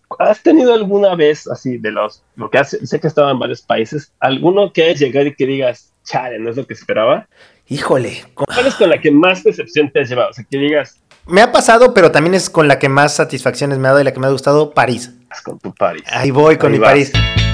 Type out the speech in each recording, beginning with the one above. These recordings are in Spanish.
¿has tenido alguna vez así lo que hace, sé que he estado en varios países, alguno que hayas llegado y que digas, chale, no es lo que esperaba? Híjole, ¿Cuál es con la que más decepción te has llevado? O sea, que digas, me ha pasado, pero también es con la que más satisfacciones me ha dado y la que me ha gustado, París. vas con tu París. Ahí voy con Ahí mi París. vas.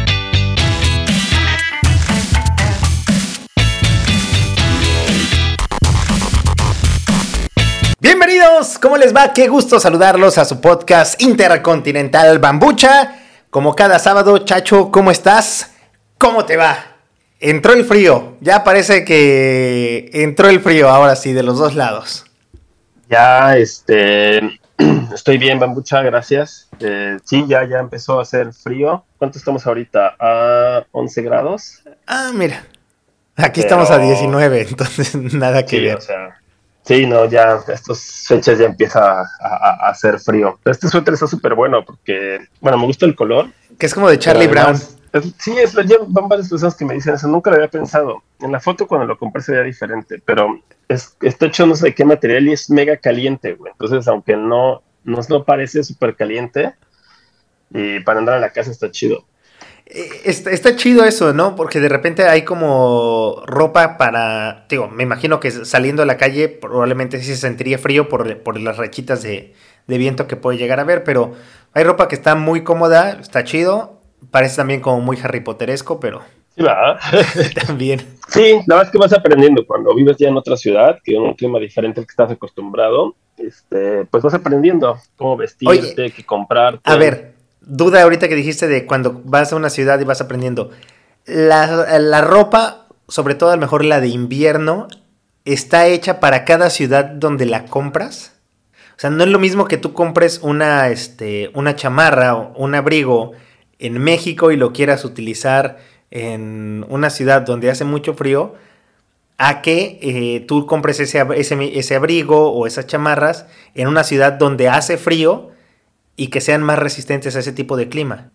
Bienvenidos, ¿cómo les va? Qué gusto saludarlos a su podcast intercontinental Bambucha. Como cada sábado, Chacho, ¿cómo estás? ¿Cómo te va? Entró el frío, ya parece que entró el frío ahora sí, de los dos lados. Ya, estoy bien, Bambucha, gracias. Sí, ya empezó a hacer frío. ¿Cuánto estamos ahorita? ¿A 11 grados? Ah, mira, aquí estamos a Pero 19, entonces nada que sí, o ver. sea, sí, no, ya estas fechas ya empieza a hacer frío. Pero este suéter está súper bueno porque, bueno, me gusta el color, Que es como de pero Charlie Brown. además, sí, ya van varias personas que me dicen eso, nunca lo había pensado. En la foto cuando lo compré se veía diferente, pero está hecho no sé de qué material y es mega caliente, güey. Entonces, aunque no parece súper caliente, y para andar a la casa está chido. Está chido eso, ¿no? Porque de repente hay como ropa para, digo, me imagino que saliendo a la calle probablemente sí se sentiría frío por las rachitas de viento que puede llegar a haber, pero hay ropa que está muy cómoda, está chido, parece también como muy Harry Potteresco, pero Sí, va. también. Sí, la verdad es que vas aprendiendo cuando vives ya en otra ciudad, que en un clima diferente al que estás acostumbrado, pues vas aprendiendo cómo Oye, vestirte, qué a comprarte. ver, duda ahorita que dijiste de cuando vas a una ciudad y vas aprendiendo. La ropa, sobre todo a lo mejor la de invierno, está hecha para cada ciudad donde la compras. O sea, no es lo mismo que tú compres una chamarra o un abrigo en México y lo quieras utilizar en una ciudad donde hace mucho frío, a que tú compres ese abrigo o esas chamarras en una ciudad donde hace frío y que sean más resistentes a ese tipo de clima.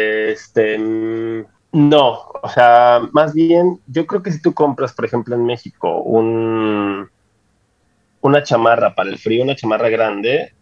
No, o sea, más bien, yo creo que si tú compras, por ejemplo, en México, una chamarra para el frío, una chamarra grande,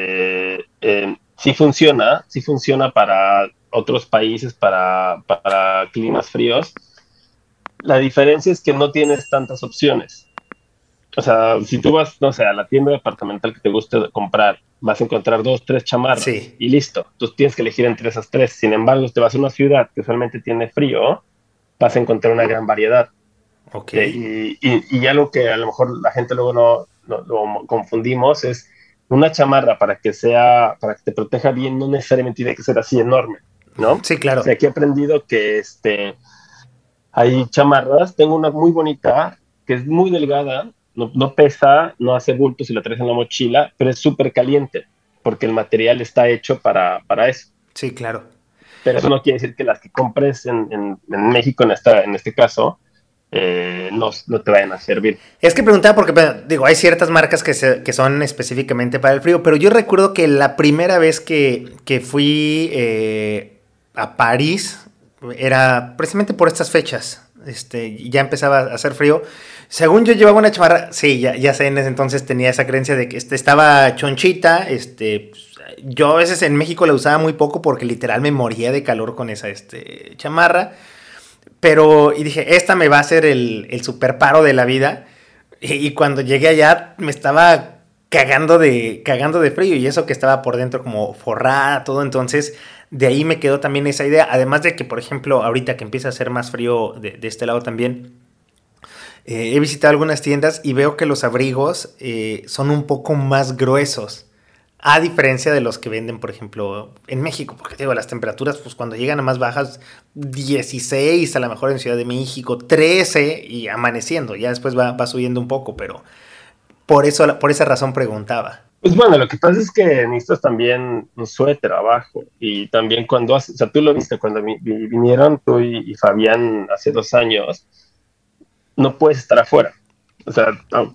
sí funciona para otros países, para climas fríos. La diferencia es que no tienes tantas opciones. O sea, si tú vas, no sé, a la tienda departamental que te guste comprar, vas a encontrar dos, tres chamarras Sí, y listo. Tú tienes que elegir entre esas tres. Sin embargo, si te vas a una ciudad que usualmente tiene frío, vas a encontrar una gran variedad. ok. Y algo que a lo mejor la gente luego no lo confundimos es una chamarra para que te proteja bien, no necesariamente tiene que ser así enorme, ¿no? O Sí, claro. sea, aquí he aprendido que hay chamarras, tengo una muy bonita que es muy delgada, no pesa, no hace bulto si la traes en la mochila, pero es súper caliente porque el material está hecho para eso. Sí, claro. Pero eso no quiere decir que las que compres en México, en este caso, no te vayan a servir. Es que preguntaba porque, bueno, digo, hay ciertas marcas que son específicamente para el frío, pero yo recuerdo que la primera vez que fui a París era precisamente por estas fechas. Ya empezaba a hacer frío. Según yo llevaba una chamarra, sí, ya sé, en ese entonces tenía esa creencia de que estaba chonchita. Yo a veces en México la usaba muy poco porque literal me moría de calor con esa chamarra. Pero, y dije, esta me va a hacer el super paro de la vida. Y cuando llegué allá me estaba cagando de frío y eso que estaba por dentro como forrada, todo. Entonces, de ahí me quedó también esa idea. Además de que, por ejemplo, ahorita que empieza a hacer más frío de este lado también, he visitado algunas tiendas y veo que los abrigos son un poco más gruesos. A diferencia de los que venden, por ejemplo, en México, porque digo, las temperaturas, pues cuando llegan a más bajas, 16, a lo mejor en Ciudad de México, 13 y amaneciendo, ya después va subiendo un poco, pero por esa razón preguntaba. Pues bueno, lo que pasa es que necesitas también un suéter abajo y también o sea, tú lo viste cuando vinieron tú y Fabián hace 2 años, no puedes estar afuera. O sea,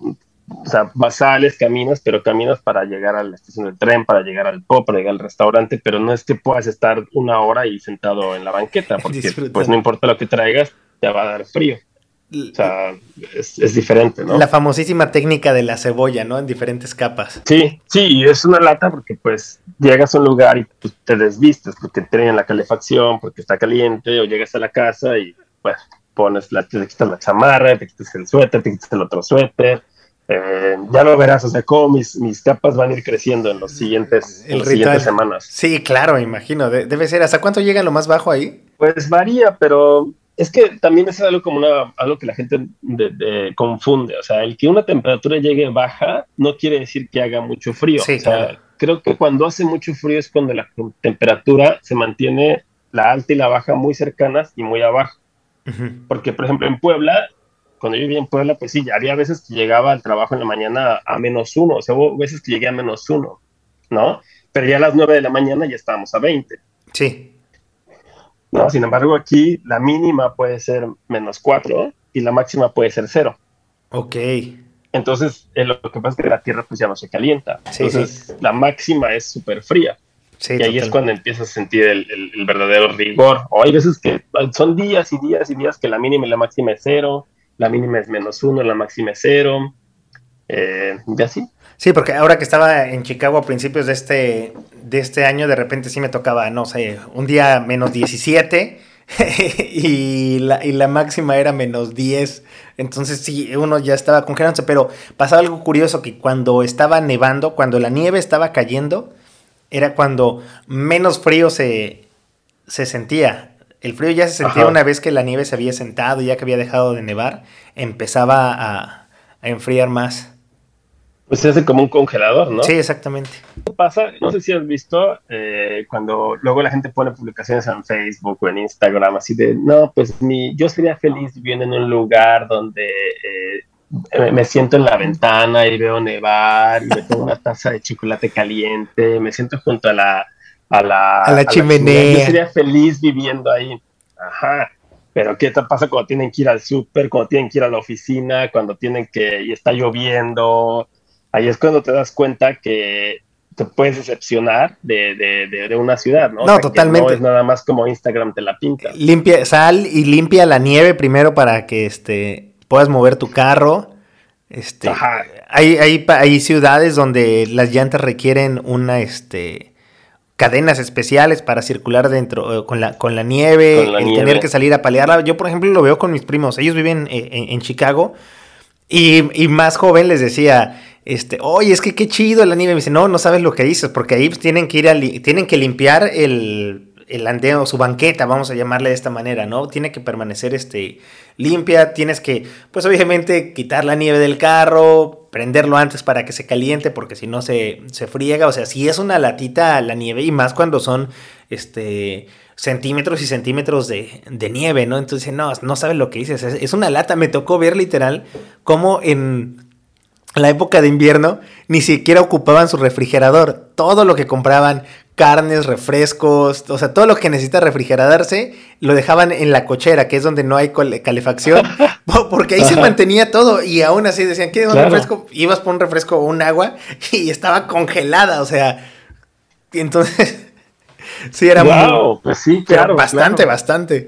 sales, caminas, pero caminas para llegar a la estación del tren, para llegar al pub, para llegar al restaurante, pero no es que puedas estar una hora ahí sentado en la banqueta, porque pues no Disfrutando. importa lo que traigas, te va a dar frío. O sea, es diferente, ¿no? La famosísima técnica de la cebolla, ¿no? En diferentes capas. Sí, sí, y es una lata porque pues llegas a un lugar y pues, te desvistes porque tienen la calefacción, porque está caliente, o llegas a la casa y pues te quitas la chamarra, te quitas el suéter, te quitas el otro suéter. Ya lo verás, o sea, cómo mis capas van a ir creciendo en El las ritual. siguientes semanas. Sí, claro, me imagino. Debe ser. ¿Hasta cuánto llega lo más bajo ahí? Pues varía, pero es que también es algo como algo que la gente confunde. O sea, el que una temperatura llegue baja no quiere decir que haga mucho frío. Sí, O sea, claro. creo que cuando hace mucho frío es cuando la temperatura se mantiene la alta y la baja muy cercanas y muy abajo. Ujú. Porque, por ejemplo, en Puebla, cuando yo vivía en Puebla, pues sí, había veces que llegaba al trabajo en la mañana a -1, o sea, hubo veces que llegué a -1, ¿no? Pero ya a las 9 de la mañana ya estábamos a 20. Sí. ¿No? Sin embargo, aquí la mínima puede ser -4 y la máxima puede ser 0. Ok. Entonces, lo que pasa es que la Tierra pues ya no se calienta. Sí, sí. Entonces, la máxima es súper fría. Sí, Y ahí es total. cuando empiezas a sentir el verdadero rigor. O hay veces que son días y días y días que la mínima y la máxima es 0, la mínima es -1, la máxima es 0. Y así. Sí, porque ahora que estaba en Chicago a principios de este año, de repente sí me tocaba, no sé, un día -17 y la máxima era -10. Entonces sí, uno ya estaba congelándose, pero pasaba algo curioso que cuando estaba nevando, cuando la nieve estaba cayendo, era cuando menos frío se sentía. El frío ya se sentía Ajá. una vez que la nieve se había sentado, ya que había dejado de nevar, empezaba a enfriar más. Pues se hace como un congelador, Sí, ¿no? exactamente. Pasa, no sé si has visto cuando luego la gente pone publicaciones en Facebook o en Instagram así de, no, pues yo sería feliz viviendo en un lugar donde me siento en la ventana y veo nevar y me tomo una taza de chocolate caliente, me siento junto A la a la chimenea, yo chimenea. sería feliz viviendo ahí. Ajá. Pero ¿qué te pasa cuando tienen que ir al súper, cuando tienen que ir a la oficina, cuando tienen y está lloviendo? Ahí es cuando te das cuenta que te puedes decepcionar de una ciudad, ¿no? O No, sea, que no es totalmente. nada más como Instagram te la pinta. Limpia, sal y limpia la nieve primero para que puedas mover tu carro. Ajá, Hay ciudades donde las llantas requieren cadenas especiales para circular dentro con la con nieve, la el tener que nieve. salir a palearla. Yo, por ejemplo, lo veo con mis primos. Ellos viven en Chicago. Y más joven les decía, oye, es que qué chido la nieve. Me dice, no, no sabes lo que dices, porque ahí pues, tienen que limpiar el andeo, su banqueta, vamos a llamarle de esta manera, ¿no? Tiene que permanecer limpia, tienes que, pues obviamente, quitar la nieve del carro, prenderlo antes para que se caliente, porque si no se friega. O sea, si es una latita la nieve, y más cuando son, centímetros y centímetros de nieve, ¿no? Entonces, no sabes lo que dices, es una lata. Me tocó ver literal cómo en la época de invierno ni siquiera ocupaban su refrigerador. Todo lo que compraban, carnes, refrescos, o sea, todo lo que necesita refrigerarse, lo dejaban en la cochera, que es donde no hay calefacción, porque ahí se Ajá, mantenía todo. Y aún así decían, ¿quieres un claro. refresco? Ibas por un refresco o un agua y estaba congelada, o sea, y entonces sí era Wow, pues sí, pero claro, bastante, claro. bastante.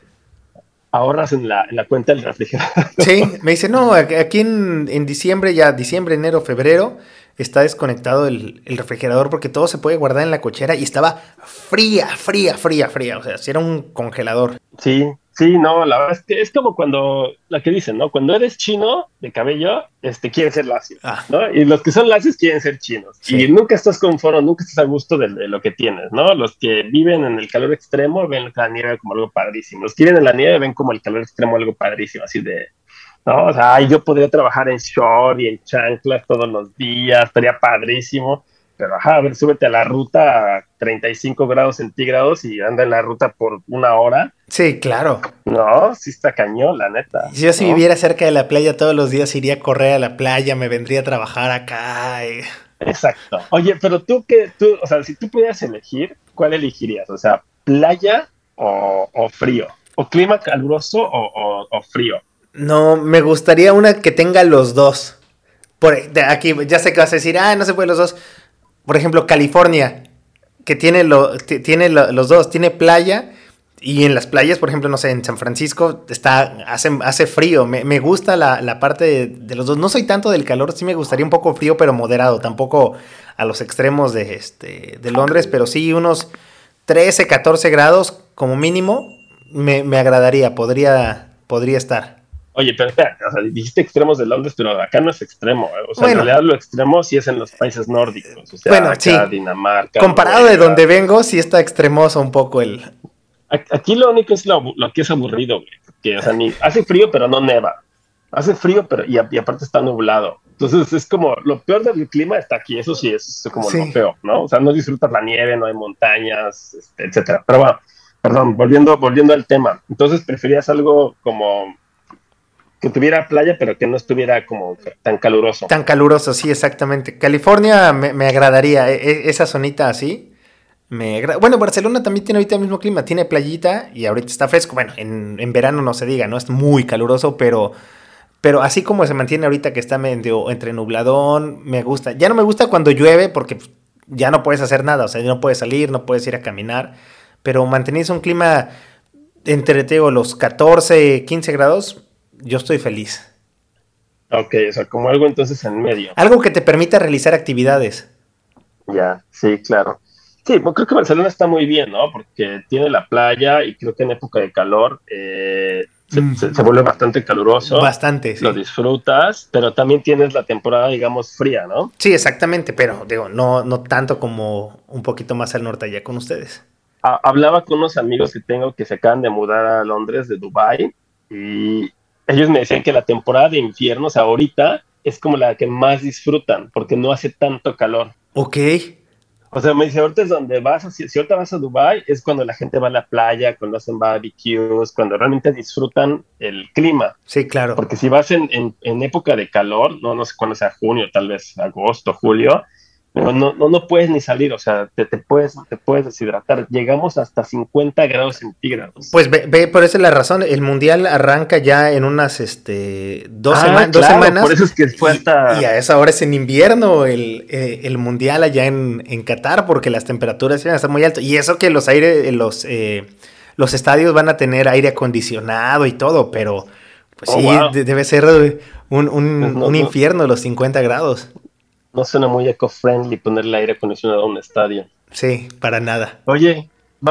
Ahorras en la cuenta del refrigerador. Sí, me dice, no, aquí en diciembre, ya diciembre, enero, febrero, está desconectado el refrigerador porque todo se puede guardar en la cochera y estaba fría, fría, fría, fría. O sea, si era un congelador. Sí, sí, no, la verdad es que es como la que dicen, ¿no? Cuando eres chino de cabello, quieres ser lacio, Ah, ¿no? Y los que son lacios quieren ser chinos. Y sí. nunca estás conforme, nunca estás a gusto de lo que tienes, ¿no? Los que viven en el calor extremo ven la nieve como algo padrísimo. Los que viven en la nieve ven como el calor extremo algo padrísimo, así de, ¿no? O sea, ay, yo podría trabajar en short y en chanclas todos los días, estaría padrísimo. Pero, ajá, a ver, súbete a la ruta a 35 grados centígrados y anda en la ruta por una hora. Sí, claro. No, sí está cañón, la neta, Si yo si ¿no? viviera cerca de la playa todos los días iría a correr a la playa, me vendría a trabajar acá. Exacto. Oye, pero o sea, si tú pudieras elegir, ¿cuál elegirías? O sea, playa o frío, o clima caluroso o frío. No, me gustaría una que tenga los dos. Aquí ya sé que vas a decir, no se puede los dos. Por ejemplo, California, que tiene los dos, tiene playa Y en las playas, por ejemplo, no sé, en San Francisco hace frío. Me gusta la parte de los dos. No soy tanto del calor, sí me gustaría un poco frío, pero moderado. Tampoco a los extremos de Londres, pero sí unos 13, 14 grados como mínimo me agradaría, podría estar. Oye, pero espera, o sea, dijiste extremos de Londres, pero acá no es extremo. O sea, Bueno, en realidad lo extremo sí es en los países nórdicos. O sea, bueno, acá sí. Dinamarca. Comparado Noruega. de donde vengo, sí está extremoso un poco el... Aquí lo único es lo que es aburrido, güey. Que, o sea, hace frío, pero no neva. Hace frío, pero y aparte está nublado. Entonces es como lo peor del clima está aquí. Eso sí es como Sí. lo peor, ¿no? O sea, no disfrutas la nieve, no hay montañas, etcétera. Pero bueno, perdón, volviendo al tema. Entonces preferías algo como que tuviera playa, pero que no estuviera como tan caluroso. Tan caluroso, sí, exactamente. California me agradaría, esa zonita así. Bueno, Barcelona también tiene ahorita el mismo clima, tiene playita y ahorita está fresco. Bueno, en verano no se diga, ¿no? Es muy caluroso, pero así como se mantiene ahorita que está medio entre nubladón, me gusta. Ya no me gusta cuando llueve porque ya no puedes hacer nada, o sea, no puedes salir, no puedes ir a caminar, pero mantenerse un clima entre, te digo, los 14, 15 grados, yo estoy feliz. Ok, o sea, como algo entonces en medio. Algo que te permita realizar actividades. Ya, sí, claro. Sí, pues creo que Barcelona está muy bien, ¿no? Porque tiene la playa y creo que en época de calor se vuelve bastante caluroso, Bastante, lo sí. disfrutas, pero también tienes la temporada, digamos, fría, ¿no? Sí, exactamente, pero digo, no tanto como un poquito más al norte allá con ustedes. Hablaba con unos amigos que tengo que se acaban de mudar a Londres de Dubái y ellos me decían que la temporada de invierno, o sea, ahorita es como la que más disfrutan porque no hace tanto calor. Ok, O sea, me dice, ahorita es donde vas, si ahorita vas a Dubai es cuando la gente va a la playa, cuando hacen barbecues, cuando realmente disfrutan el clima. sí, claro. Porque si vas en época de calor, no sé cuándo sea junio, tal vez agosto, julio, no puedes ni salir, o sea, te puedes deshidratar. Llegamos hasta 50 grados centígrados. Pues ve, por esa es la razón. El mundial arranca ya en unas dos Claro, semanas. por eso es que fue hasta... Y a esa hora es en invierno el mundial allá en Qatar, porque las temperaturas van a estar muy altas. Y eso que los estadios van a tener aire acondicionado y todo, pero pues sí, wow. debe ser un infierno los 50 grados. No suena muy eco-friendly poner el aire acondicionado a un estadio. Sí, para nada. Oye,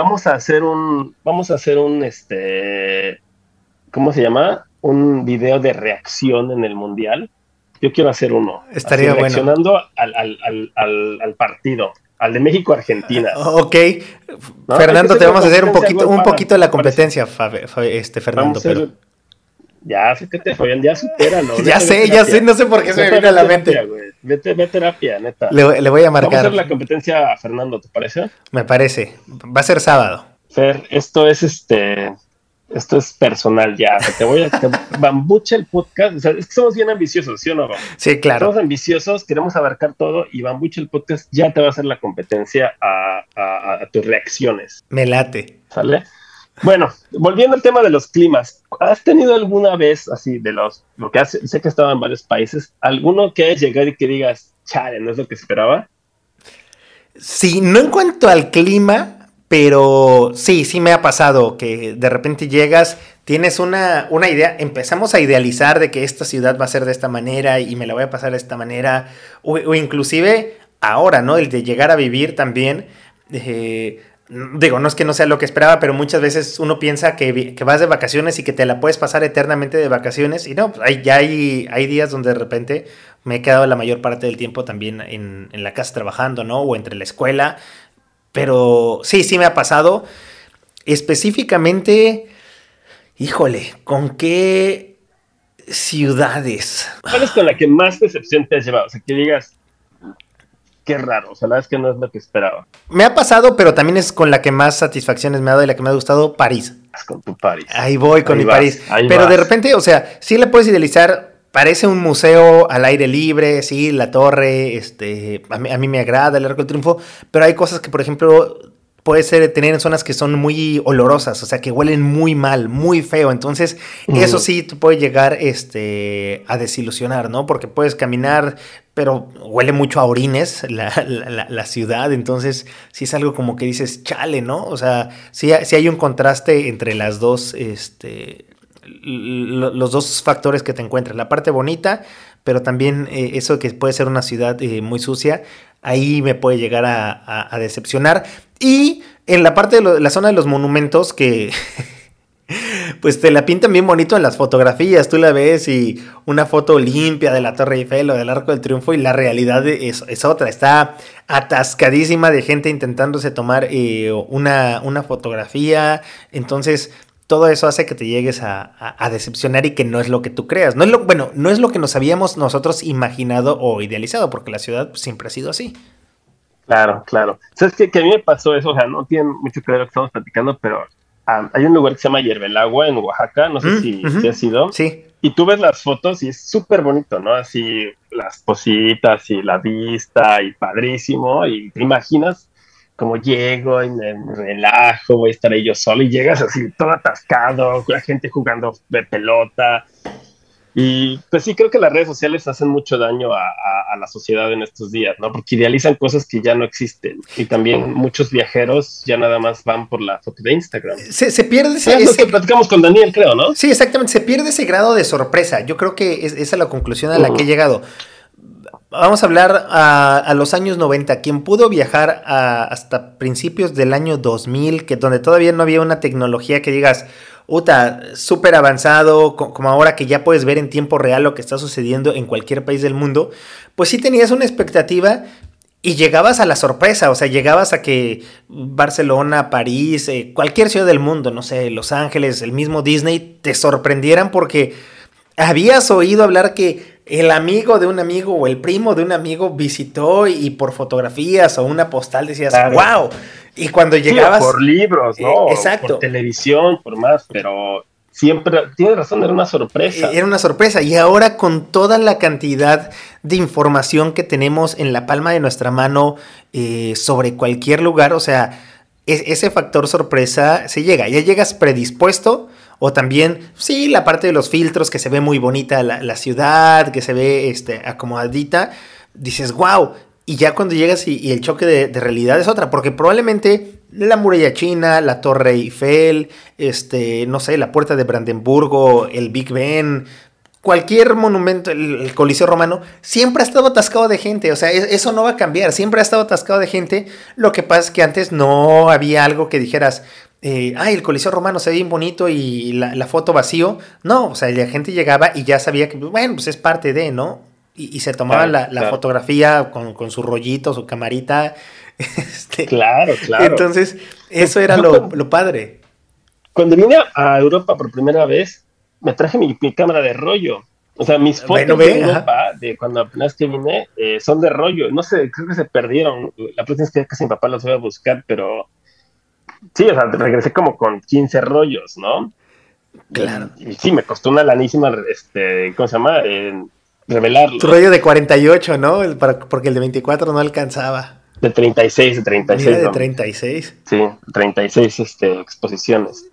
¿cómo se llama? Un video de reacción en el Mundial. Yo quiero hacer uno. Estaría así, bueno. reaccionando al partido, al de México-Argentina. Ok. ¿No? Fernando, te vamos a hacer un competencia, poquito de la competencia, Fernando, Vamos a hacer... Ya, fíjate, Fabián, ya supéralo. Ya sé, no sé por qué se me viene a la mente. Vete terapia, neta. Le voy a marcar. Vamos a hacer la competencia a Fernando, ¿te parece? Me parece. Va a ser sábado. Fer, esto es personal ya. O sea, te bambucha el podcast. O sea, es que somos bien ambiciosos, ¿sí o no? Sí, claro. Somos ambiciosos, queremos abarcar todo y bambucha el podcast ya te va a hacer la competencia a tus reacciones. Me late. ¿Sale? Bueno, volviendo al tema de los climas, ¿has tenido alguna vez así lo que hace? Sé que he estado en varios países, alguno que hayas llegado y que digas, chale, no es lo que esperaba? Sí, no en cuanto al clima, pero sí me ha pasado que de repente llegas, tienes una idea, empezamos a idealizar de que esta ciudad va a ser de esta manera y me la voy a pasar de esta manera, o inclusive ahora, ¿no? El de llegar a vivir también, digo, no es que no sea lo que esperaba, pero muchas veces uno piensa que vas de vacaciones y que te la puedes pasar eternamente de vacaciones y no, pues hay días donde de repente me he quedado la mayor parte del tiempo también en la casa trabajando, ¿no? O entre la escuela, pero sí me ha pasado. Específicamente, híjole, ¿con qué ciudades? ¿Cuál es con la que más decepción te has llevado? O sea, que digas, qué raro, o sea, la verdad es que no es lo que esperaba. Me ha pasado, pero también es con la que más satisfacciones me ha dado y la que me ha gustado, París. Con tu París. Ahí voy con mi París. Pero vas. De repente, o sea, sí le puedes idealizar, parece un museo al aire libre, sí, la torre, a mí me agrada el Arco del Triunfo, pero hay cosas que, por ejemplo, puede ser tener en zonas que son muy olorosas, o sea, que huelen muy mal, muy feo. Entonces, eso sí te puede llegar a desilusionar, ¿no? Porque puedes caminar, pero huele mucho a orines la ciudad. Entonces, sí es algo como que dices, chale, ¿no? O sea, sí hay un contraste entre las dos, los dos factores que te encuentras. La parte bonita, pero también eso que puede ser una ciudad muy sucia. Ahí me puede llegar a decepcionar. Y en la parte de la zona de los monumentos que pues te la pintan bien bonito en las fotografías. Tú la ves y una foto limpia de la Torre Eiffel o del Arco del Triunfo y la realidad es otra. Está atascadísima de gente intentándose tomar una fotografía. Entonces todo eso hace que te llegues a decepcionar y que no es lo que tú creas. No es lo que nos habíamos nosotros imaginado o idealizado, porque la ciudad pues, siempre ha sido así. Claro, claro. ¿Sabes qué? Que a mí me pasó eso, o sea, no tiene mucho que ver lo que estamos platicando, pero hay un lugar que se llama Hierbelagua en Oaxaca, no sé si has ido, Sí. y tú ves las fotos y es súper bonito, ¿no? Así las positas y la vista y padrísimo, y te imaginas como llego y me relajo, voy a estar ahí yo solo, y llegas así todo atascado, la gente jugando de pelota, y pues sí, creo que las redes sociales hacen mucho daño a la sociedad en estos días, ¿no? Porque idealizan cosas que ya no existen. Y también muchos viajeros ya nada más van por la foto de Instagram. Se pierde Es lo que platicamos con Daniel, creo, ¿no? Sí, exactamente. Se pierde ese grado de sorpresa. Yo creo que esa es la conclusión a la que he llegado. Vamos a hablar a los años 90. Quien pudo viajar hasta principios del año 2000, donde todavía no había una tecnología que digas, súper avanzado, como ahora que ya puedes ver en tiempo real lo que está sucediendo en cualquier país del mundo, pues sí tenías una expectativa y llegabas a la sorpresa, o sea, llegabas a que Barcelona, París, cualquier ciudad del mundo, no sé, Los Ángeles, el mismo Disney, te sorprendieran porque habías oído hablar que el amigo de un amigo o el primo de un amigo visitó y por fotografías o una postal decías, claro. ¡Wow! Y cuando llegabas... Sí, por libros, ¿no? Exacto. Por televisión, por más, pero siempre, tienes razón, era una sorpresa. Era una sorpresa. Y ahora con toda la cantidad de información que tenemos en la palma de nuestra mano sobre cualquier lugar, o sea, ese factor sorpresa se llega. Ya llegas predispuesto. O también, sí, la parte de los filtros, que se ve muy bonita la ciudad, que se ve acomodadita. Dices, wow. Y ya cuando llegas y el choque de realidad es otra. Porque probablemente la muralla china, la Torre Eiffel, no sé, la Puerta de Brandenburgo, el Big Ben, cualquier monumento, el Coliseo Romano, siempre ha estado atascado de gente. O sea, eso no va a cambiar. Siempre ha estado atascado de gente. Lo que pasa es que antes no había algo que dijeras... el Coliseo Romano se ve bien bonito y la foto vacío. No, o sea, la gente llegaba y ya sabía que, bueno, pues es parte de, ¿no? Y se tomaba la fotografía con su rollito, su camarita. Claro. Entonces, eso era lo padre. Cuando vine a Europa por primera vez, me traje mi cámara de rollo. O sea, mis fotos de Europa, de cuando apenas que vine, son de rollo. No sé, creo que se perdieron. La próxima vez que casi mi papá los voy a buscar, pero... Sí, o sea, regresé como con 15 rollos, ¿no? Claro. Y sí, me costó una lanísima, ¿cómo se llama? Revelarlo. Tu rollo de 48, ¿no? Porque el de 24 no alcanzaba. De 36. Mira, de 36. Sí, 36 exposiciones.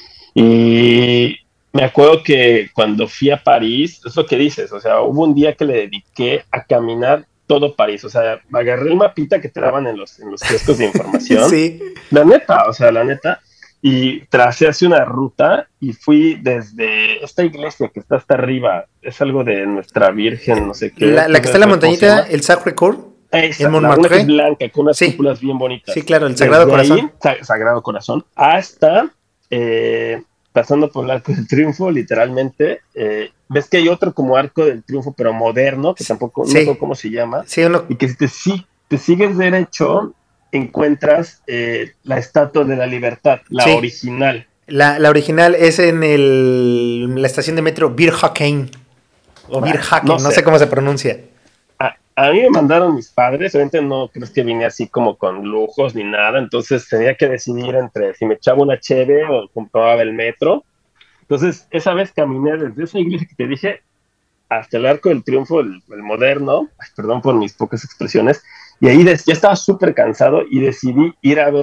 Y me acuerdo que cuando fui a París, es lo que dices, o sea, hubo un día que le dediqué a caminar todo París, o sea, agarré el mapita que te daban en los kioscos de información. Sí. La neta, y tracé hacia una ruta y fui desde esta iglesia que está hasta arriba, es algo de Nuestra Virgen, no sé qué. La que está en la montañita, el Sacré-Cœur. Esa, una que es blanca, con unas cúpulas bien bonitas. Sí, claro, el Sagrado Corazón. Ahí, Sagrado Corazón, hasta... pasando por el Arco del Triunfo, literalmente, ves que hay otro como Arco del Triunfo, pero moderno, que tampoco no sé cómo se llama, y que si te sigues derecho, encuentras la Estatua de la Libertad, la original. La original es en la estación de metro Birhaken, o Birhaken, no sé cómo se pronuncia. A mí me mandaron mis padres, obviamente no crees que vine así como con lujos ni nada, entonces tenía que decidir entre si me echaba una cheve o compraba el metro. Entonces, esa vez caminé desde esa iglesia que te dije hasta el Arco del Triunfo, el moderno, perdón por mis pocas expresiones, Y ahí ya estaba súper cansado y decidí ir a ver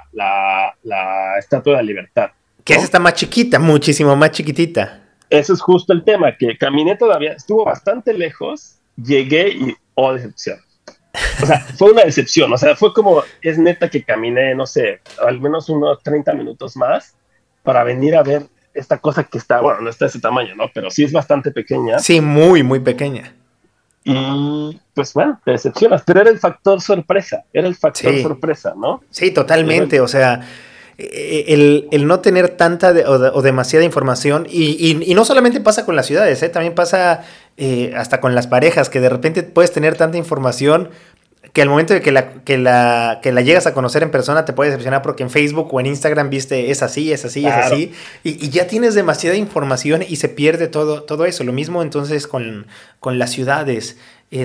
la Estatua de la Libertad, Que ¿no? esa está más chiquita, muchísimo más chiquitita. Eso es justo el tema, que caminé todavía, estuvo bastante lejos, llegué y, oh, decepción. O sea, fue una decepción, o sea, fue como, es neta que caminé, no sé, al menos unos 30 minutos más para venir a ver esta cosa que está, bueno, no está de ese tamaño, ¿no? Pero sí es bastante pequeña. Sí, muy, muy pequeña. Y pues bueno, te decepcionas, pero era el factor Sí, sorpresa, ¿no? sí, Era el- totalmente. O sea, el no tener tanta o demasiada información, y no solamente pasa con las ciudades, también pasa hasta con las parejas, que de repente puedes tener tanta información que al momento de que la llegas a conocer en persona te puede decepcionar porque en Facebook o en Instagram viste es así, es así, es claro. así, y ya tienes demasiada información y se pierde todo eso. Lo mismo entonces con las ciudades.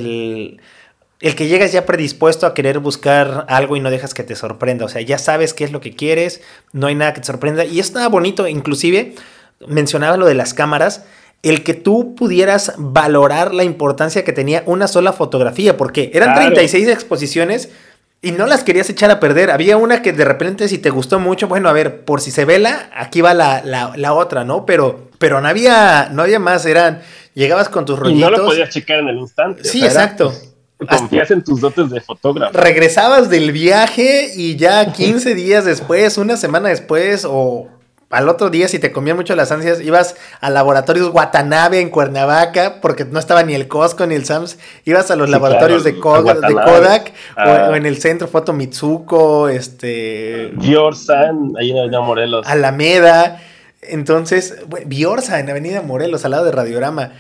El que llegas ya predispuesto a querer buscar algo y no dejas que te sorprenda. O sea, ya sabes qué es lo que quieres, no hay nada que te sorprenda. Y es nada bonito, inclusive, mencionaba lo de las cámaras, el que tú pudieras valorar la importancia que tenía una sola fotografía, porque eran Claro, 36 exposiciones y no las querías echar a perder. Había una que de repente si te gustó mucho, bueno, a ver, por si se vela, aquí va la otra, ¿no? Pero no había más, llegabas con tus y no lo rollitos. podías checar en el instante, o Sí, sea, era, exacto. pues, confías en tus dotes de fotógrafo. Regresabas del viaje y ya 15 días después, una semana después o al otro día, si te comían mucho las ansias, ibas a laboratorios Watanabe en Cuernavaca, porque no estaba ni el Costco ni el Sams, ibas a los Sí, claro, laboratorios de a de Watanabe, Kodak o a en el centro Foto Mitsuko, Giorsan, ahí en Avenida Morelos. Alameda. Entonces, Biorsa en Avenida Morelos, al lado de Radiorama.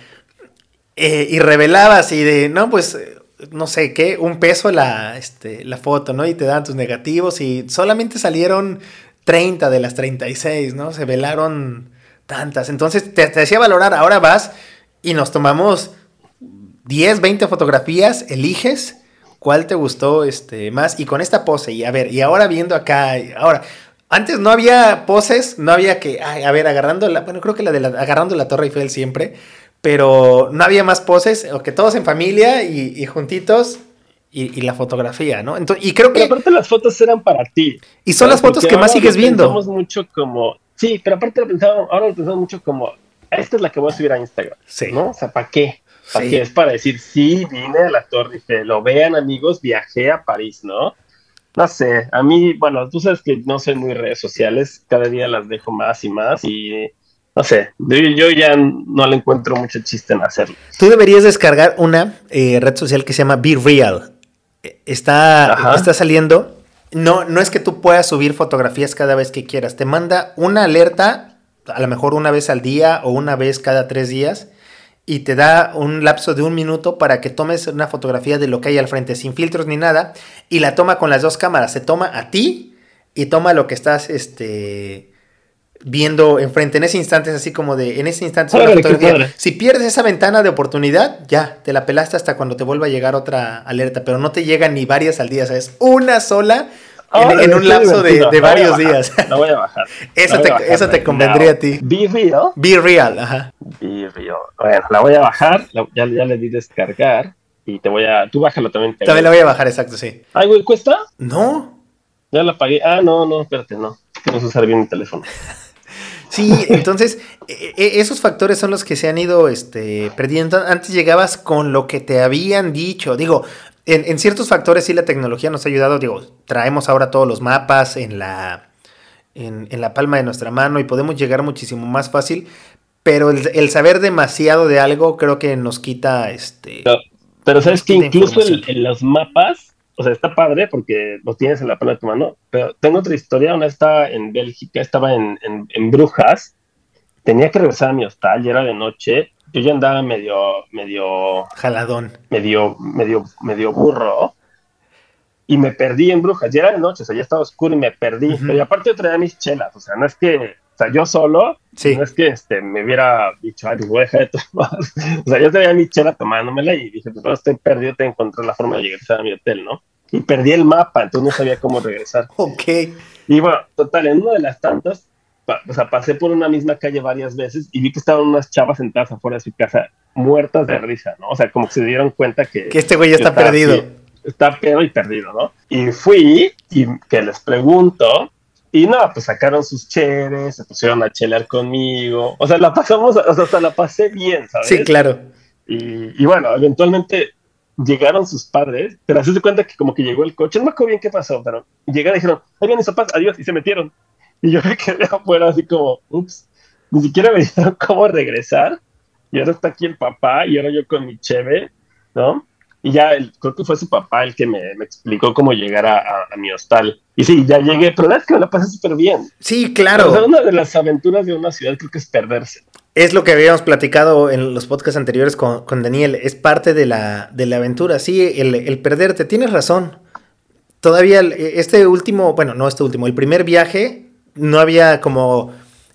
Y revelabas y de, no, pues, no sé qué, $1 la foto, ¿no? Y te dan tus negativos y solamente salieron 30 de las 36, ¿no? Se velaron tantas. Entonces te hacía valorar, ahora vas y nos tomamos 10 20 fotografías, eliges cuál te gustó más y con esta pose y a ver, y ahora viendo acá, ahora, antes no había poses, no había que, ay, a ver, bueno, creo que agarrando la Torre Eiffel siempre, pero no había más poses, o que todos en familia y juntitos y la fotografía, ¿no? Entonces, y creo Pero que, aparte las fotos eran para ti, y son las ¿sabes? fotos Porque que más ahora sigues lo pensamos viendo. mucho como, sí, pero aparte ahora lo pensamos mucho como, esta es la que voy a subir a Instagram, Sí, ¿no? O sea, ¿para qué? ¿Para qué? Es sí. para decir, sí, vine a la Torre Eiffel, lo vean amigos, viajé a París, ¿no? No sé, a mí, bueno, tú sabes que no soy muy redes sociales, cada día las dejo más y más y no sé, yo ya no le encuentro mucho chiste en hacerlo. Tú deberías descargar una red social que se llama Be Real. Está Ajá. saliendo. No, no es que tú puedas subir fotografías cada vez que quieras. Te manda una alerta, a lo mejor una vez al día o una vez cada 3 días, y te da un lapso de 1 minuto para que tomes una fotografía de lo que hay al frente, sin filtros ni nada, y la toma con las dos cámaras. Se toma a ti y toma lo que estás viendo enfrente. En ese instante es así como de, en ese instante es una Órale, qué fotografía. padre. Si pierdes esa ventana de oportunidad, ya, te la pelaste hasta cuando te vuelva a llegar otra alerta, pero no te llega ni varias al día, ¿sabes? Una sola en Órale, un qué lapso divertido. de La voy a varios bajar, días. la voy a bajar, la Eso voy a te, bajar eso te right convendría now. a ti. Be real. Be real, ajá. Be real. Bueno, la voy a bajar, ya le di descargar y tú bájalo también, te También la agrego. voy a bajar, exacto, sí. Ay, güey, ¿cuesta? No, Ya la pagué. Ah, no, no, espérate, no. Es que no sé usar bien mi teléfono. sí, entonces esos factores son los que se han ido perdiendo. Antes llegabas con lo que te habían dicho. Digo, en ciertos factores sí la tecnología nos ha ayudado. Digo, traemos ahora todos los mapas en la palma de nuestra mano y podemos llegar muchísimo más fácil. Pero el saber demasiado de algo creo que nos quita, Pero nos sabes que quita incluso información. en los mapas, o sea, está padre porque lo tienes en la palma de tu mano, pero tengo otra historia. Una estaba en Bélgica, estaba en Brujas, tenía que regresar a mi hostal y era de noche. Yo ya andaba Jaladón. medio burro y me perdí en Brujas. Ya era de noche, o sea, ya estaba oscuro y me perdí. Pero y Ujú. aparte yo traía mis chelas, o sea, no es que, o sea, yo solo, no es Sí. que me hubiera dicho, ay, pues voy a dejar de tomar. O sea, yo traía mi chela tomándomela y dije, pues no estoy perdido, tengo que encontrar la forma de llegar a mi hotel, ¿no? Y perdí el mapa, entonces no sabía cómo regresar. Ok. Y bueno, total, en una de las tantas, o sea, pasé por una misma calle varias veces y vi que estaban unas chavas sentadas afuera de su casa, muertas de risa, ¿no? O sea, como que se dieron cuenta Que que este güey ya yo está estaba así, perdido. está pedo y perdido, ¿no? Y fui y que les pregunto y no, pues sacaron sus cheres, se pusieron a chelear conmigo, o sea, la pasamos, o sea, hasta la pasé bien, Sí, ¿sabes? claro. Y bueno, eventualmente llegaron sus padres, pero se cuenta que como que llegó el coche, no me acuerdo bien qué pasó, pero llegaron y dijeron, ahí vienen sus papás, adiós, y se metieron. Y yo me quedé afuera así como, ups, ni siquiera me dijeron cómo regresar, y ahora está aquí el papá, y ahora yo con mi cheve, ¿no? Y ya creo que fue su papá el que me explicó cómo llegar a mi hostal. Y sí, ya llegué, pero la verdad es que me la pasé súper bien. Sí, O sea, claro. una de las aventuras de una ciudad creo que es perderse. Es lo que habíamos platicado en los podcasts anteriores con Daniel. Es parte de la aventura. Sí, el perderte. Tienes razón. Todavía este último, bueno, no este último, el primer viaje no había como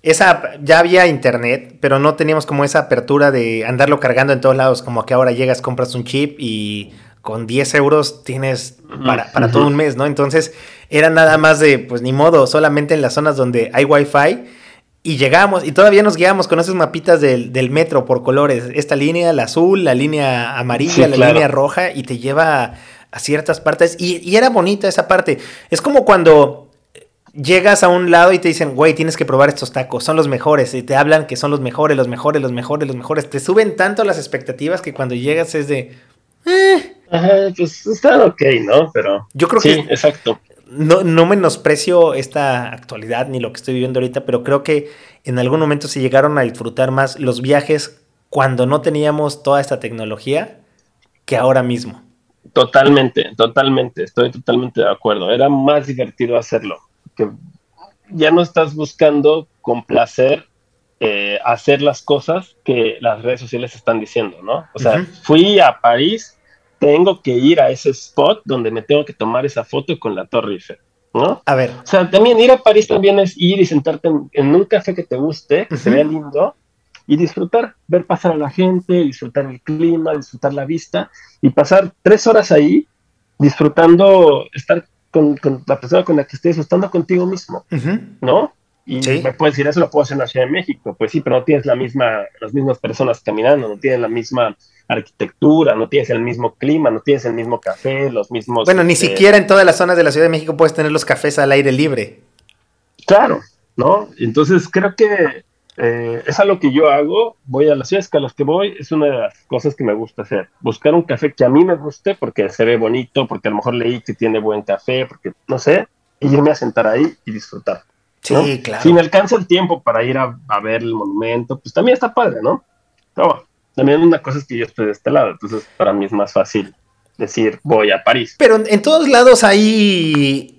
ya había internet, pero no teníamos como esa apertura de andarlo cargando en todos lados, como que ahora llegas, compras un chip y con 10 euros tienes para todo un mes, ¿no? Entonces era nada más de, pues ni modo, solamente en las zonas donde hay wifi y llegamos y todavía nos guiamos con esos mapitas del metro por colores, esta línea, la azul, la línea amarilla, sí, la línea roja y te lleva a ciertas partes y era bonita esa parte. Es como cuando llegas a un lado y te dicen, güey, tienes que probar estos tacos, son los mejores, y te hablan que son los mejores, los mejores, los mejores, los mejores. Te suben tanto las expectativas que cuando llegas es de... Ajá, pues está ok, ¿no? Pero yo creo sí, que exacto. No menosprecio esta actualidad ni lo que estoy viviendo ahorita, pero creo que en algún momento se llegaron a disfrutar más los viajes cuando no teníamos toda esta tecnología que ahora mismo. Totalmente, estoy totalmente de acuerdo. Era más divertido hacerlo, que ya no estás buscando complacer, hacer las cosas que las redes sociales están diciendo, ¿no? O sea, fui a París, tengo que ir a ese spot donde me tengo que tomar esa foto con la Torre Eiffel, ¿no? A ver. O sea, también ir a París también es ir y sentarte en un café que te guste, que se vea lindo, y disfrutar, ver pasar a la gente, disfrutar el clima, disfrutar la vista, y pasar 3 horas ahí disfrutando, estar con la persona con la que estés, estando contigo mismo, ¿no? Y sí. me puedes decir, eso lo puedo hacer en la Ciudad de México. Pues sí, pero no tienes las mismas personas caminando, no tienes la misma arquitectura, no tienes el mismo clima, no tienes el mismo café, los mismos... Bueno, ni siquiera en todas las zonas de la Ciudad de México puedes tener los cafés al aire libre. Claro, ¿no? Entonces creo que es algo que yo hago. Voy a las ciudades a las que voy, es una de las cosas que me gusta hacer. Buscar un café que a mí me guste porque se ve bonito, porque a lo mejor leí que tiene buen café, porque no sé, y irme a sentar ahí y disfrutar. ¿no? Sí, claro. Si me alcanza el tiempo para ir a ver el monumento, pues también está padre, ¿no? Pero bueno, también una cosa es que yo estoy de este lado, entonces para mí es más fácil decir voy a París. Pero en todos lados hay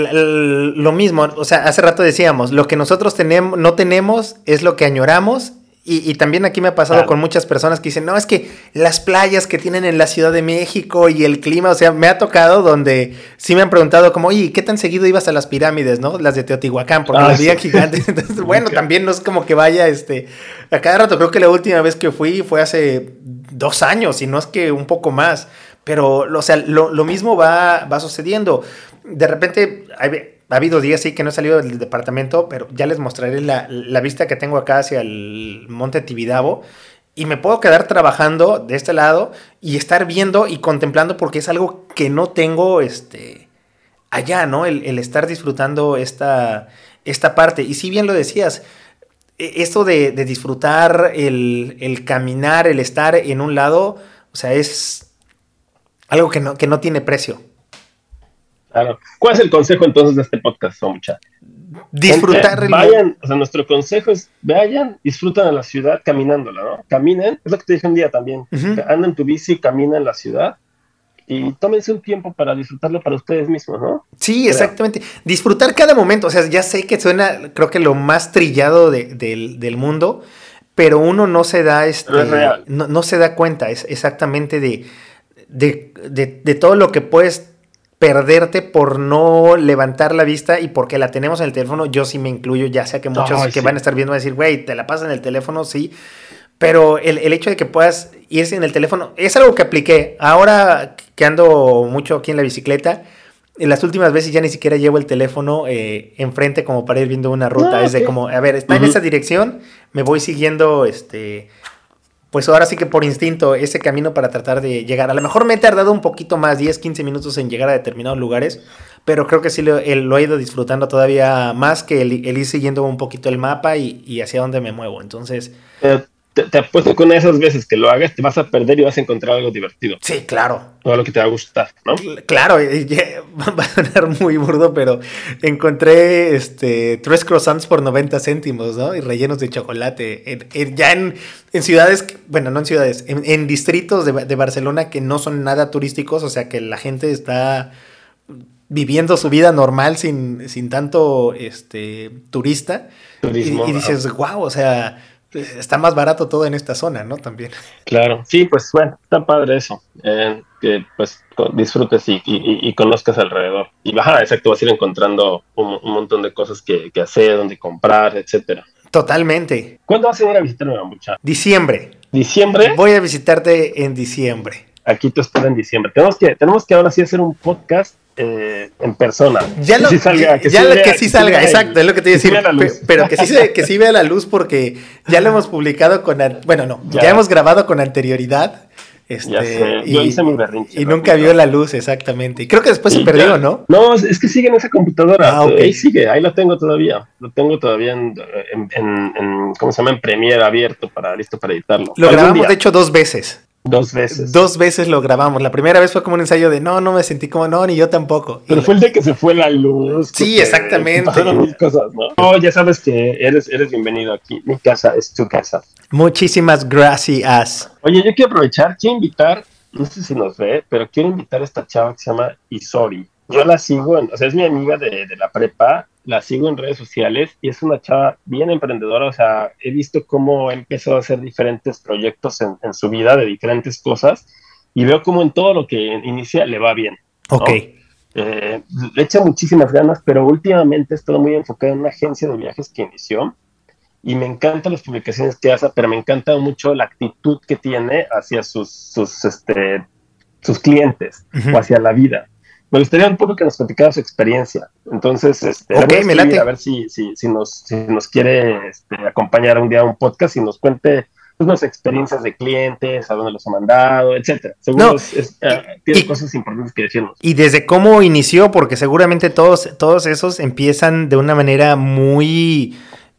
lo mismo, o sea, hace rato decíamos, lo que nosotros no tenemos es lo que añoramos. Y también aquí me ha pasado con muchas personas que dicen, no, es que las playas que tienen en la Ciudad de México y el clima, o sea, me ha tocado donde sí me han preguntado como, oye, ¿qué tan seguido ibas a las pirámides, no? Las de Teotihuacán, porque las veía gigantes. Entonces, bueno, también no es como que vaya, a cada rato, creo que la última vez que fui fue hace 2 años, y no es que un poco más. Pero, o sea, lo mismo va sucediendo. De repente, ha habido días sí que no he salido del departamento, pero ya les mostraré la vista que tengo acá hacia el monte Tibidabo. Y me puedo quedar trabajando de este lado y estar viendo y contemplando, porque es algo que no tengo allá, ¿no? El estar disfrutando esta parte. Y si bien lo decías, esto de disfrutar, el caminar, el estar en un lado, o sea, es algo que no tiene precio. Claro. ¿Cuál es el consejo entonces de este podcast, mucha? Disfrutar. Vayan, o sea, nuestro consejo es vayan, disfrutan a la ciudad caminándola, ¿no? Caminen, es lo que te dije un día también. Anda en tu bici, camina en la ciudad y tómense un tiempo para disfrutarlo para ustedes mismos, ¿no? Sí, exactamente. Disfrutar cada momento. O sea, ya sé que suena, creo que lo más trillado del mundo, pero uno no se da, pero es real. No se da cuenta exactamente de todo lo que puedes perderte por no levantar la vista y porque la tenemos en el teléfono. Yo sí me incluyo, ya sea que muchos que van a estar viendo van a decir, güey, te la pasas en el teléfono, sí. Pero el hecho de que puedas irse en el teléfono es algo que apliqué. Ahora que ando mucho aquí en la bicicleta, en las últimas veces ya ni siquiera llevo el teléfono enfrente como para ir viendo una ruta. Es de como, a ver, está en esa dirección, me voy siguiendo pues ahora sí que por instinto ese camino para tratar de llegar. A lo mejor me he tardado un poquito más, 10, 15 minutos en llegar a determinados lugares, pero creo que sí lo he ido disfrutando todavía más que el ir siguiendo un poquito el mapa y hacia dónde me muevo. Entonces... Te apuesto que una de esas veces que lo hagas te vas a perder y vas a encontrar algo divertido. Sí, claro. Todo lo que te va a gustar, ¿no? Claro, va a sonar muy burdo, pero encontré 3 croissants por 90 céntimos, ¿no? Y rellenos de chocolate. Ya en ciudades, bueno, no en ciudades, en distritos de Barcelona que no son nada turísticos, o sea que la gente está viviendo su vida normal sin tanto turista. Turismo. Y dices, wow, o sea... Está más barato todo en esta zona, ¿no? También. Claro, sí, pues bueno, está padre eso, que pues disfrutes y conozcas alrededor. Y exacto, vas a ir encontrando un montón de cosas que hacer, donde comprar, etcétera. Totalmente. ¿Cuándo vas a ir a visitarme, Bambucha? Diciembre. ¿Diciembre? Voy a visitarte en diciembre. Aquí te espero en diciembre. Tenemos que ahora sí hacer un podcast en persona. Que sí salga, exacto, es lo que te iba a decir, pero que sí vea la luz porque ya lo hemos publicado ya hemos grabado con anterioridad. Ya sé. Yo hice mi berrinche. Y nunca vio la luz, exactamente. Y creo que después se perdió, ¿no? No, es que sigue en esa computadora. Okay. Ahí sigue, ahí lo tengo todavía. Lo tengo todavía en ¿cómo se llama? En Premiere abierto, listo para editarlo. Lo grabamos, de hecho, 2 veces. 2 veces. 2 veces lo grabamos. La primera vez fue como un ensayo de no me sentí como no, ni yo tampoco. Pero fue el de que se fue la luz. Sí, exactamente. Pasaron mil cosas, ¿no? No, ya sabes que eres bienvenido aquí. Mi casa es tu casa. Muchísimas gracias. Oye, yo quiero invitar, no sé si nos ve, pero quiero invitar a esta chava que se llama Isori. Yo la sigo, es mi amiga de la prepa, la sigo en redes sociales y es una chava bien emprendedora, o sea, he visto cómo empezó a hacer diferentes proyectos en su vida de diferentes cosas y veo cómo en todo lo que inicia le va bien, ¿no? Ok. Le echa muchísimas ganas, pero últimamente he estado muy enfocado en una agencia de viajes que inició y me encantan las publicaciones que hace, pero me encanta mucho la actitud que tiene hacia sus clientes o hacia la vida. Me gustaría un poco que nos platicara su experiencia. Entonces, me late. A ver si nos quiere acompañar un día a un podcast y nos cuente unas experiencias de clientes, a dónde los ha mandado, etcétera. Seguro tiene cosas importantes que decirnos. Y desde cómo inició, porque seguramente todos esos empiezan de una manera muy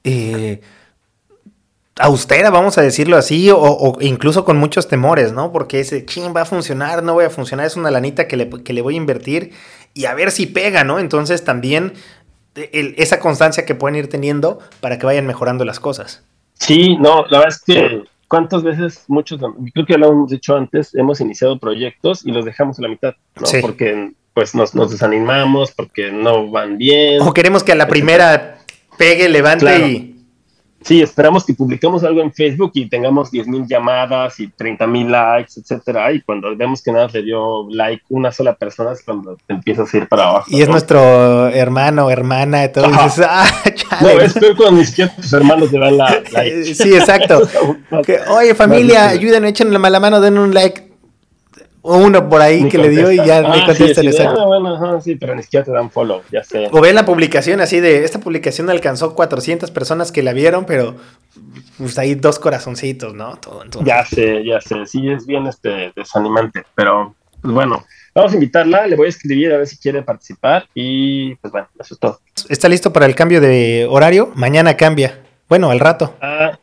austera, vamos a decirlo así, o incluso con muchos temores, ¿no? Porque ese, ¿va a funcionar? ¿No voy a funcionar? Es una lanita que le voy a invertir y a ver si pega, ¿no? Entonces también esa constancia que pueden ir teniendo para que vayan mejorando las cosas. Sí, no, la verdad es que ¿cuántas veces creo que lo hemos dicho antes, hemos iniciado proyectos y los dejamos a la mitad, ¿no? Sí. Porque pues nos desanimamos, porque no van bien. O queremos que a la primera pegue, levante, claro. Sí, esperamos que publiquemos algo en Facebook y tengamos 10,000 llamadas y 30,000 likes, etcétera. Y cuando vemos que nada le dio like una sola persona es cuando te empiezas a ir para abajo. Y es nuestro hermano, hermana, y todo. Y dices, chale. No, es peor cuando ni siquiera tus hermanos te dan la like. Sí, exacto. Oye, familia, ayúdenme, échenle la mano, den un like. Uno por ahí que le dio y ya me contestan. Sí, pero ni siquiera te dan follow, ya sé. O ven la publicación así de, esta publicación alcanzó 400 personas que la vieron, pero pues ahí 2 corazoncitos, ¿no? Todo entonces. Ya sé, sí es bien desanimante, pero pues bueno, vamos a invitarla, le voy a escribir a ver si quiere participar y pues bueno, eso es todo. ¿Está listo para el cambio de horario? Mañana cambia, bueno, al rato.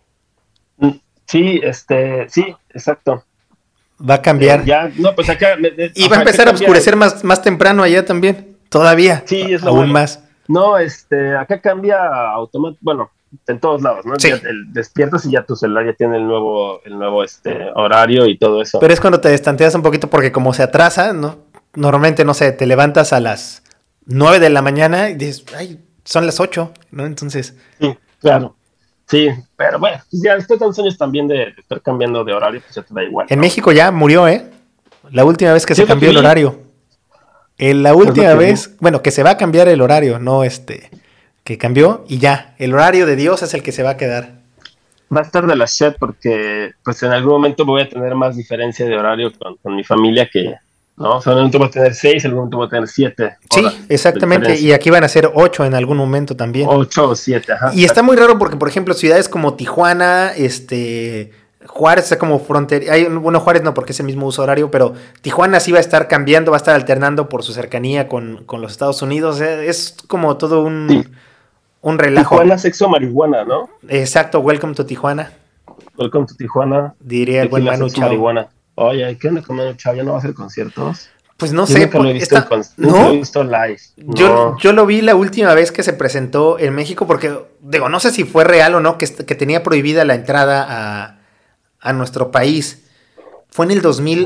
Sí, sí, exacto. Va a cambiar. Pues acá. Y va a empezar a oscurecer más temprano allá también. Todavía. Sí, es lo aún bueno. Más. No, acá cambia automáticamente. Bueno, en todos lados, ¿no? Sí. Despiertas y ya tu celular ya tiene el nuevo horario y todo eso. Pero es cuando te destanteas un poquito porque como se atrasa, ¿no? Normalmente, no sé, te levantas a las 9 de la mañana y dices, ay, son las 8, ¿no? Entonces. Sí, claro. Sí, pero bueno, ya después de tantos años también de estar cambiando de horario, pues ya te da igual, ¿no? En México ya murió, la última vez que se cambió el horario. La última vez, bueno, que se va a cambiar el horario, no que cambió y ya. El horario de Dios es el que se va a quedar. Va a estar de la shit porque pues en algún momento voy a tener más diferencia de horario con mi familia que... ¿no? O sea, en algún momento voy a tener 6, en algún momento voy a tener 7. Sí, exactamente, y aquí van a ser 8 en algún momento también. 8 o 7, ajá. Y está muy raro porque, por ejemplo, ciudades como Tijuana, Juárez está como frontera. Bueno, Juárez no, porque es el mismo uso horario, pero Tijuana sí va a estar cambiando, va a estar alternando por su cercanía con los Estados Unidos. Es como todo Sí. un relajo. Tijuana, sexo, marihuana, ¿no? Exacto, welcome to Tijuana. Welcome to Tijuana. Diría el buen Tequila, Manu sexo, Chao. marihuana. Oye, ¿qué onda con Manu Chao? ¿Ya no va a hacer conciertos? Pues no Yo sé. nunca lo he visto nunca lo he visto live. No. Yo lo vi la última vez que se presentó en México porque, digo, no sé si fue real o no, que tenía prohibida la entrada a nuestro país. Fue en el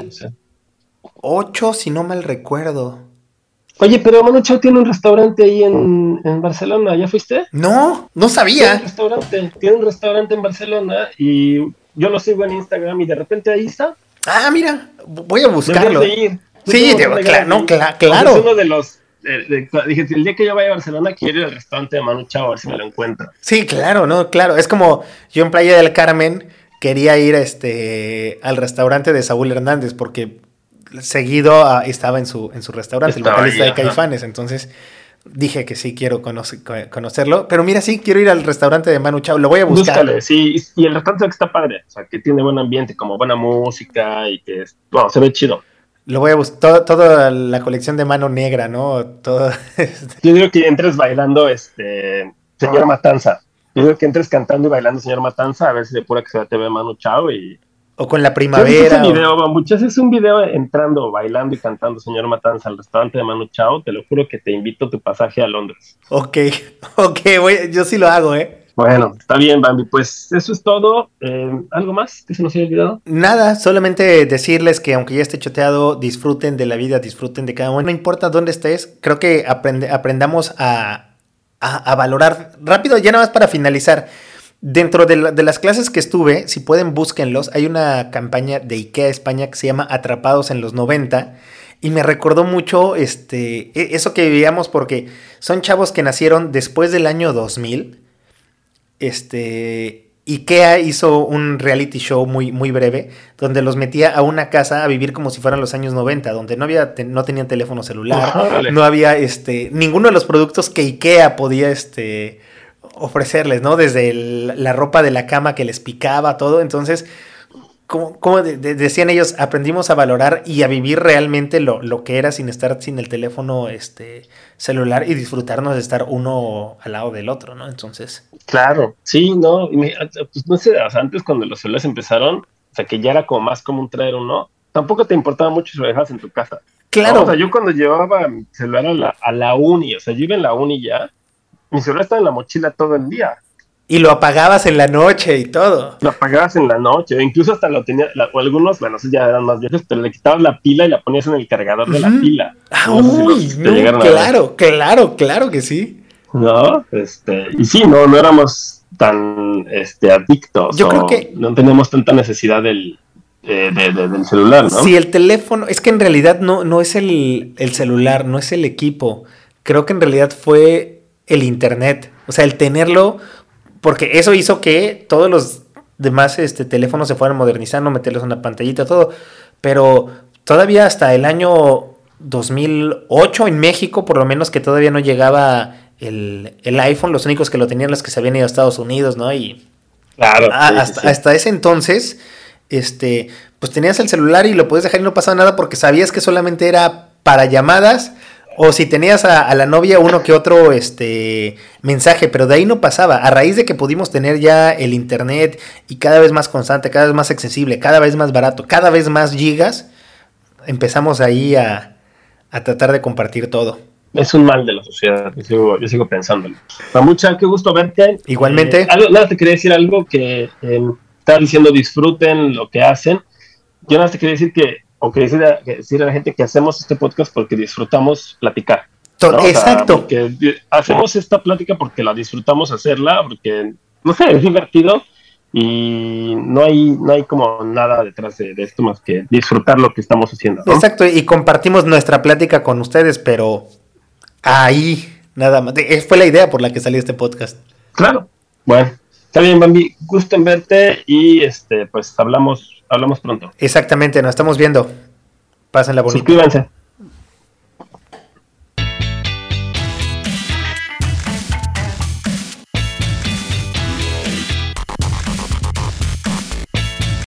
2008, si no mal recuerdo. Oye, pero Manu Chao tiene un restaurante ahí en Barcelona, ¿ya fuiste? No sabía. Tiene un restaurante en Barcelona y yo lo sigo en Instagram y de repente ahí está. Ah, mira, voy a buscarlo. Deberías de ir. Sí, claro. Es uno de los... dije, el día que yo vaya a Barcelona quiero ir al restaurante de Manu Chao a ver si me lo encuentro. Sí, claro, no, claro. Es como yo en Playa del Carmen quería ir al restaurante de Saúl Hernández porque seguido estaba en su restaurante, el vocalista de Caifanes. Entonces dije que sí quiero conocerlo. Pero mira, sí, quiero ir al restaurante de Manu Chao. Lo voy a buscar. Búscale, sí. Y el restaurante está padre. O sea, que tiene buen ambiente, como buena música y que se ve chido. Lo voy a buscar, toda la colección de Mano Negra, ¿no? Todo. Yo digo que entres bailando Señor Matanza. Yo digo que entres cantando y bailando Señor Matanza, a ver si de pura que se te ve Manu Chao y... O con la primavera. Es un video entrando, bailando y cantando Señor Matanza al restaurante de Manu Chao. Te lo juro que te invito a tu pasaje a Londres. Ok, yo sí lo hago, ¿eh? Bueno, está bien, Bambi. Pues eso es todo. ¿Algo más que se nos haya olvidado? Nada, solamente decirles que aunque ya esté choteado, disfruten de la vida, disfruten de cada uno. No importa dónde estés, creo que aprendamos a valorar rápido, ya nada más para finalizar. Dentro de las clases que estuve, si pueden búsquenlos, hay una campaña de IKEA España que se llama Atrapados en los 90 y me recordó mucho eso que vivíamos porque son chavos que nacieron después del año 2000. IKEA hizo un reality show muy, muy breve donde los metía a una casa a vivir como si fueran los años 90, donde no tenían teléfono celular, no había ninguno de los productos que IKEA podía ofrecerles, ¿no? Desde la ropa de la cama que les picaba, todo. Entonces, como decían ellos, aprendimos a valorar y a vivir realmente lo que era sin estar sin el teléfono celular y disfrutarnos de estar uno al lado del otro, ¿no? Entonces... Claro, sí, no, pues no sé, o sea, antes cuando los celulares empezaron, o sea, que ya era como más común traer uno, tampoco te importaba mucho si lo dejabas en tu casa. Claro. No, o sea, yo cuando llevaba mi celular a la uni, o sea, yo iba en la uni ya, mi celular estaba en la mochila todo el día. Y lo apagabas en la noche y todo. Lo apagabas en la noche, incluso hasta lo tenía, o algunos, bueno, esos ya eran más viejos, pero le quitabas la pila y la ponías en el cargador de la pila. Claro que sí. ¿No? Y sí, no éramos tan adictos. Yo creo que no teníamos tanta necesidad del celular, ¿no? Sí, el teléfono, es que en realidad no es el celular, no es el equipo. Creo que en realidad fue el internet. O sea, el tenerlo, porque eso hizo que todos los demás teléfonos se fueran modernizando, meterles una pantallita, todo. Pero todavía hasta el año 2008 en México, por lo menos, que todavía no llegaba el iPhone, los únicos que lo tenían los que se habían ido a Estados Unidos, ¿no? Y claro, hasta ese entonces, pues tenías el celular y lo podías dejar y no pasaba nada porque sabías que solamente era para llamadas o si tenías a la novia uno que otro mensaje, pero de ahí no pasaba. A raíz de que pudimos tener ya el internet y cada vez más constante, cada vez más accesible, cada vez más barato, cada vez más gigas, empezamos ahí a tratar de compartir todo. Es un mal de la sociedad, yo sigo pensándolo. Mamucha, qué gusto verte. Igualmente. Te quería decir algo que estás diciendo, disfruten lo que hacen. Yo nada te quería decir decir a la gente que hacemos este podcast porque disfrutamos platicar, ¿no? Exacto. O sea, porque hacemos esta plática porque la disfrutamos hacerla, porque, no sé, es divertido y no hay como nada detrás de esto más que disfrutar lo que estamos haciendo, ¿no? Exacto, y compartimos nuestra plática con ustedes, pero ahí nada más. Fue la idea por la que salió este podcast. Claro. Bueno, está bien, Bambi. Gusto en verte y pues hablamos pronto. Exactamente, nos estamos viendo. Pásenla bonita. Suscríbanse.